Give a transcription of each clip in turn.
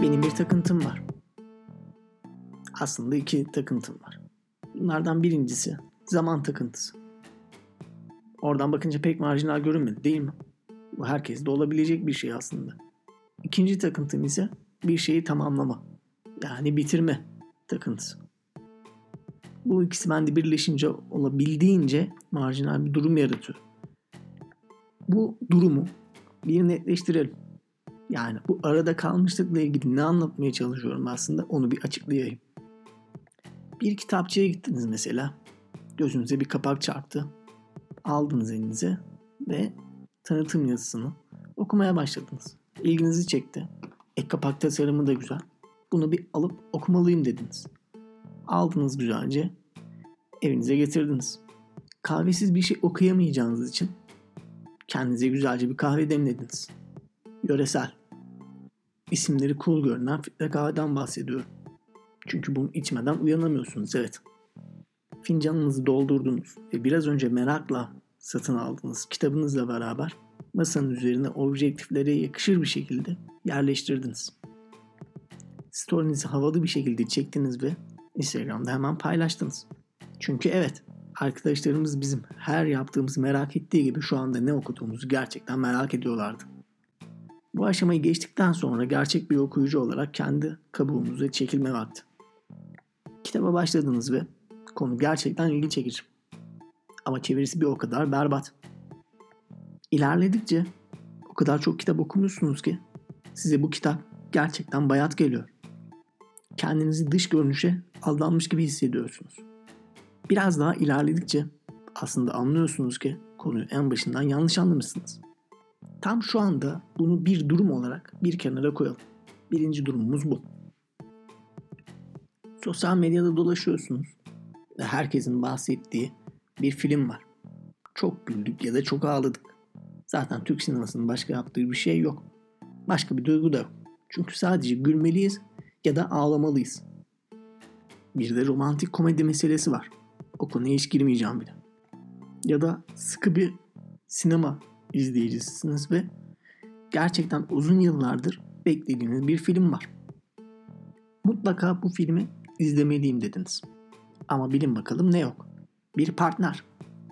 Benim bir takıntım var. Aslında 2 takıntım var. Bunlardan birincisi zaman takıntısı. Oradan bakınca pek marjinal görünmedi değil mi? Bu herkeste olabilecek bir şey aslında. İkinci takıntım ise bir şeyi tamamlama. Yani bitirme takıntısı. Bu ikisi bende birleşince olabildiğince marjinal bir durum yaratıyor. Bu durumu bir netleştirelim. Yani bu arada kalmışlıkla ilgili ne anlatmaya çalışıyorum aslında onu bir açıklayayım. Bir kitapçıya gittiniz mesela. Gözünüze bir kapak çarptı. Aldınız elinize ve tanıtım yazısını okumaya başladınız. İlginizi çekti. Kapak tasarımı da güzel. Bunu bir alıp okumalıyım dediniz. Aldınız güzelce. Evinize getirdiniz. Kahvesiz bir şey okuyamayacağınız için kendinize güzelce bir kahve demlediniz. Yöresel. İsimleri cool görünen filtre kahveden bahsediyorum. Çünkü bunu içmeden uyanamıyorsunuz, evet. Fincanınızı doldurdunuz ve biraz önce merakla satın aldığınız kitabınızla beraber masanın üzerine objektiflere yakışır bir şekilde yerleştirdiniz. Story'nizi havalı bir şekilde çektiniz ve Instagram'da hemen paylaştınız. Çünkü evet, arkadaşlarımız bizim her yaptığımız merak ettiği gibi şu anda ne okuduğumuzu gerçekten merak ediyorlardı. Bu aşamayı geçtikten sonra gerçek bir okuyucu olarak kendi kabuğumuza çekilme vakti. Kitaba başladınız ve konu gerçekten ilgi çekici. Ama çevirisi bir o kadar berbat. İlerledikçe o kadar çok kitap okumuşsunuz ki size bu kitap gerçekten bayat geliyor. Kendinizi dış görünüşe aldanmış gibi hissediyorsunuz. Biraz daha ilerledikçe aslında anlıyorsunuz ki konuyu en başından yanlış anlamışsınız. Tam şu anda bunu bir durum olarak bir kenara koyalım. Birinci durumumuz bu. Sosyal medyada dolaşıyorsunuz ve herkesin bahsettiği bir film var. Çok güldük ya da çok ağladık. Zaten Türk sinemasının başka yaptığı bir şey yok. Başka bir duygu da yok. Çünkü sadece gülmeliyiz ya da ağlamalıyız. Bir de romantik komedi meselesi var. O konuya hiç girmeyeceğim bile. Ya da sıkı bir sinema izleyicisiniz ve gerçekten uzun yıllardır beklediğiniz bir film var. Mutlaka bu filmi izlemeliyim dediniz. Ama bilin bakalım ne yok? Bir partner.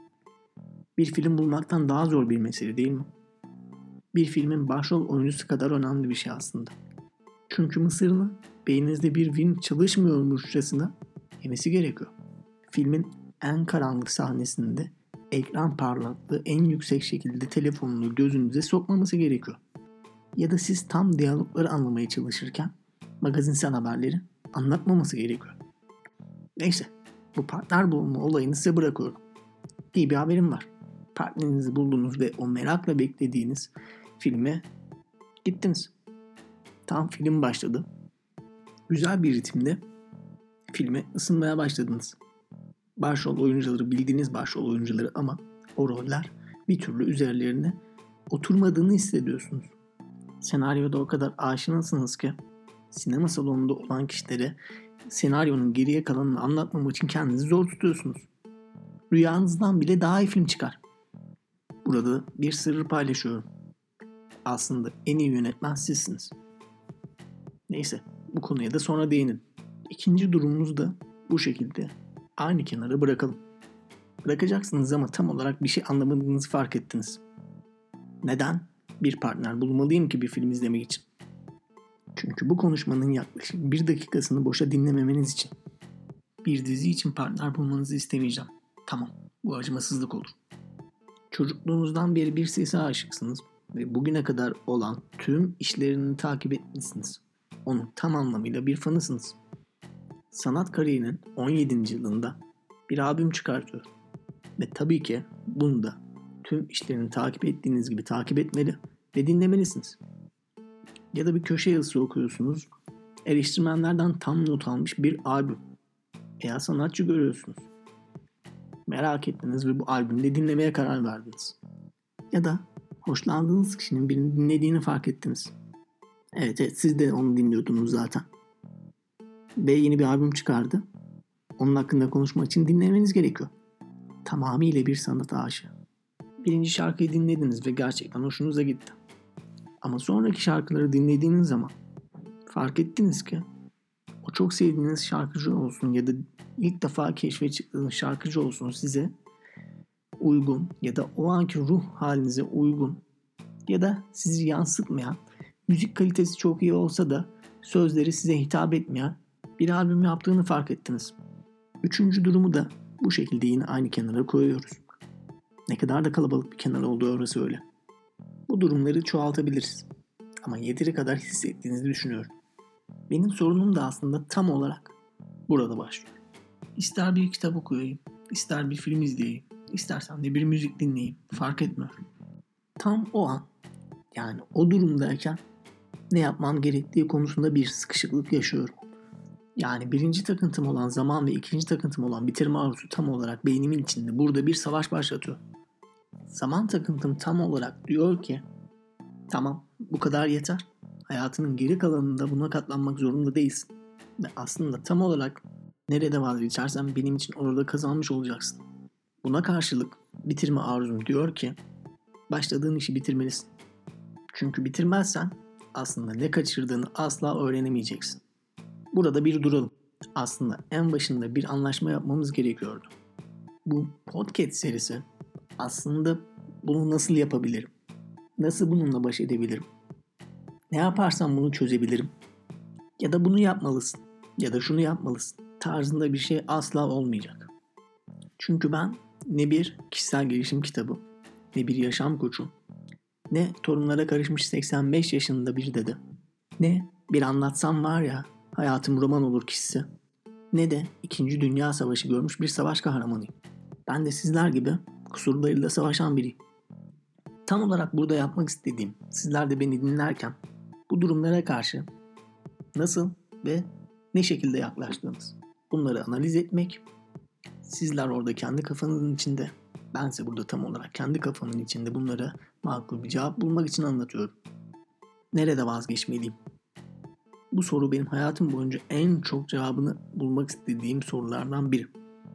Bir film bulmaktan daha zor bir mesele değil mi? Bir filmin başrol oyuncusu kadar önemli bir şey aslında. Çünkü mısırını beyninizde bir film çalışmıyormuşçasına yemesi gerekiyor. Filmin en karanlık sahnesinde ekran parlaklığı en yüksek şekilde telefonunu gözünüze sokmaması gerekiyor. Ya da siz tam diyalogları anlamaya çalışırken magazinsel haberleri anlatmaması gerekiyor. Neyse, bu partner bulma olayını size bırakıyorum. İyi bir haberim var. Partnerinizi buldunuz ve o merakla beklediğiniz filme gittiniz. Tam film başladı. Güzel bir ritimde filme ısınmaya başladınız. Başrol oyuncuları bildiğiniz başrol oyuncuları ama o roller bir türlü üzerlerine oturmadığını hissediyorsunuz. Senaryoda o kadar aşinasınız ki sinema salonunda olan kişilere senaryonun geriye kalanını anlatmamak için kendinizi zor tutuyorsunuz. Rüyanızdan bile daha iyi film çıkar. Burada bir sırrı paylaşıyorum. Aslında en iyi yönetmen sizsiniz. Neyse, bu konuya da sonra değinin. İkinci durumumuzu da bu şekilde aynı kenara bırakalım. Bırakacaksınız ama tam olarak bir şey anlamadığınızı fark ettiniz. Neden? Bir partner bulmalıyım ki bir film izlemek için. Çünkü bu konuşmanın yaklaşık 1 dakikasını boşa dinlememeniz için. Bir dizi için partner bulmanızı istemeyeceğim. Tamam, bu acımasızlık olur. Çocukluğunuzdan beri bir sese aşıksınız ve bugüne kadar olan tüm işlerini takip etmişsiniz. Onun tam anlamıyla bir fanısınız. Sanat kariyerinin 17. yılında bir albüm çıkartıyor. Ve tabii ki bunu da tüm işlerini takip ettiğiniz gibi takip etmeli ve dinlemelisiniz. Ya da bir köşe yazısı okuyorsunuz. Eleştirmenlerden tam not almış bir albüm veya sanatçı görüyorsunuz. Merak ettiniz ve bu albümde dinlemeye karar verdiniz. Ya da hoşlandığınız kişinin birini dinlediğini fark ettiniz. Evet, siz de onu dinliyordunuz zaten. Ve yeni bir albüm çıkardı. Onun hakkında konuşmak için dinlemeniz gerekiyor. Tamamıyla bir sanat aşığı. Birinci şarkıyı dinlediniz ve gerçekten hoşunuza gitti. Ama sonraki şarkıları dinlediğiniz zaman Fark ettiniz ki o çok sevdiğiniz şarkıcı olsun ya da ilk defa keşfe çıktığınız şarkıcı olsun size uygun ya da o anki ruh halinize uygun ya da sizi yansıtmayan, müzik kalitesi çok iyi olsa da sözleri size hitap etmeyen bir albüm yaptığını fark ettiniz. Üçüncü durumu da bu şekilde yine aynı kenara koyuyoruz. Ne kadar da kalabalık bir kenar olduğu orası öyle. Bu durumları çoğaltabiliriz. Ama yeteri kadar hissettiğinizi düşünüyorum. Benim sorunum da aslında tam olarak burada başlıyor. İster bir kitap okuyayım, ister bir film izleyeyim, istersen de bir müzik dinleyeyim, fark etmiyor. Tam o an, yani o durumdayken ne yapmam gerektiği konusunda bir sıkışıklık yaşıyorum. Yani birinci takıntım olan zaman ve ikinci takıntım olan bitirme arzusu tam olarak beynimin içinde burada bir savaş başlatıyor. Zaman takıntım tam olarak diyor ki tamam bu kadar yeter. Hayatının geri kalanında buna katlanmak zorunda değilsin. Ve aslında tam olarak nerede vazgeçersen benim için orada kazanmış olacaksın. Buna karşılık bitirme arzum diyor ki başladığın işi bitirmelisin. Çünkü bitirmezsen aslında ne kaçırdığını asla öğrenemeyeceksin. Burada bir duralım. Aslında en başında bir anlaşma yapmamız gerekiyordu. Bu podcast serisi aslında bunu nasıl yapabilirim? Nasıl bununla baş edebilirim? Ne yaparsam bunu çözebilirim? Ya da bunu yapmalısın. Ya da şunu yapmalısın. Tarzında bir şey asla olmayacak. Çünkü ben ne bir kişisel gelişim kitabı, ne bir yaşam koçu, ne torunlara karışmış 85 yaşında bir dede, ne bir anlatsam var ya hayatım roman olur kişisi, ne de 2. Dünya Savaşı görmüş bir savaş kahramanıyım. Ben de sizler gibi kusurlarıyla savaşan biriyim. Tam olarak burada yapmak istediğim, sizler de beni dinlerken bu durumlara karşı nasıl ve ne şekilde yaklaştığınız, bunları analiz etmek, sizler orada kendi kafanızın içinde, bense burada tam olarak kendi kafamın içinde bunlara makul bir cevap bulmak için anlatıyorum. Nerede vazgeçmeliyim? Bu soru benim hayatım boyunca en çok cevabını bulmak istediğim sorulardan biri.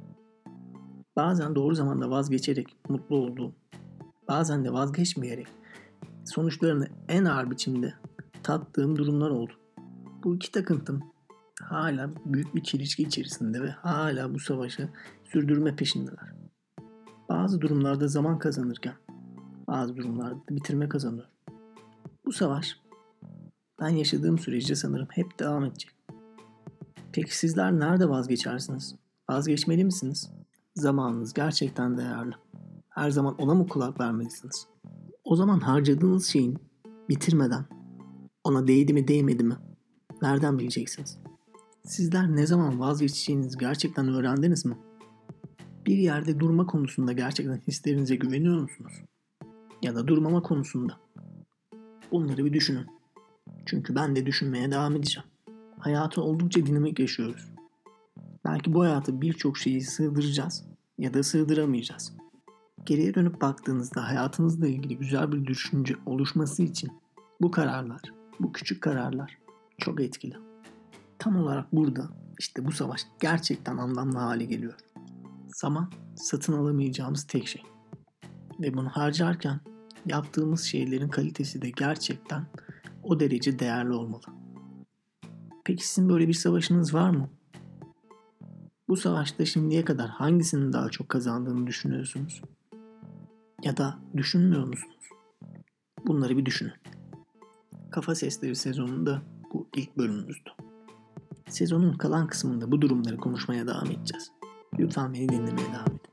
Bazen doğru zamanda vazgeçerek mutlu olduğum, bazen de vazgeçmeyerek sonuçlarını en ağır biçimde tattığım durumlar oldu. Bu iki takıntım hala büyük bir çelişki içerisinde ve hala bu savaşı sürdürme peşindeler. Bazı durumlarda zaman kazanırken bazı durumlarda da bitirme kazanıyor. Bu savaş ben yaşadığım sürece sanırım hep devam edecek. Peki sizler nerede vazgeçersiniz? Vazgeçmeli misiniz? Zamanınız gerçekten değerli. Her zaman ona mı kulak vermelisiniz? O zaman harcadığınız şeyin bitirmeden ona değdi mi değmedi mi? Nereden bileceksiniz? Sizler ne zaman vazgeçeceğinizi gerçekten öğrendiniz mi? Bir yerde durma konusunda gerçekten hislerinize güveniyor musunuz? Ya da durmama konusunda. Bunları bir düşünün. Çünkü ben de düşünmeye devam edeceğim. Hayatı oldukça dinamik yaşıyoruz. Belki bu hayata birçok şeyi sığdıracağız ya da sığdıramayacağız. Geriye dönüp baktığınızda hayatınızla ilgili güzel bir düşünce oluşması için bu kararlar, bu küçük kararlar çok etkili. Tam olarak burada işte bu savaş gerçekten anlamlı hale geliyor. Zaman satın alamayacağımız tek şey. Ve bunu harcarken yaptığımız şeylerin kalitesi de gerçekten o derece değerli olmalı. Peki sizin böyle bir savaşınız var mı? Bu savaşta şimdiye kadar hangisinin daha çok kazandığını düşünüyorsunuz? Ya da düşünmüyor musunuz? Bunları bir düşünün. Kafa Sesleri sezonunda bu ilk bölümümüzdü. Sezonun kalan kısmında bu durumları konuşmaya devam edeceğiz. Lütfen beni dinlemeye devam edin.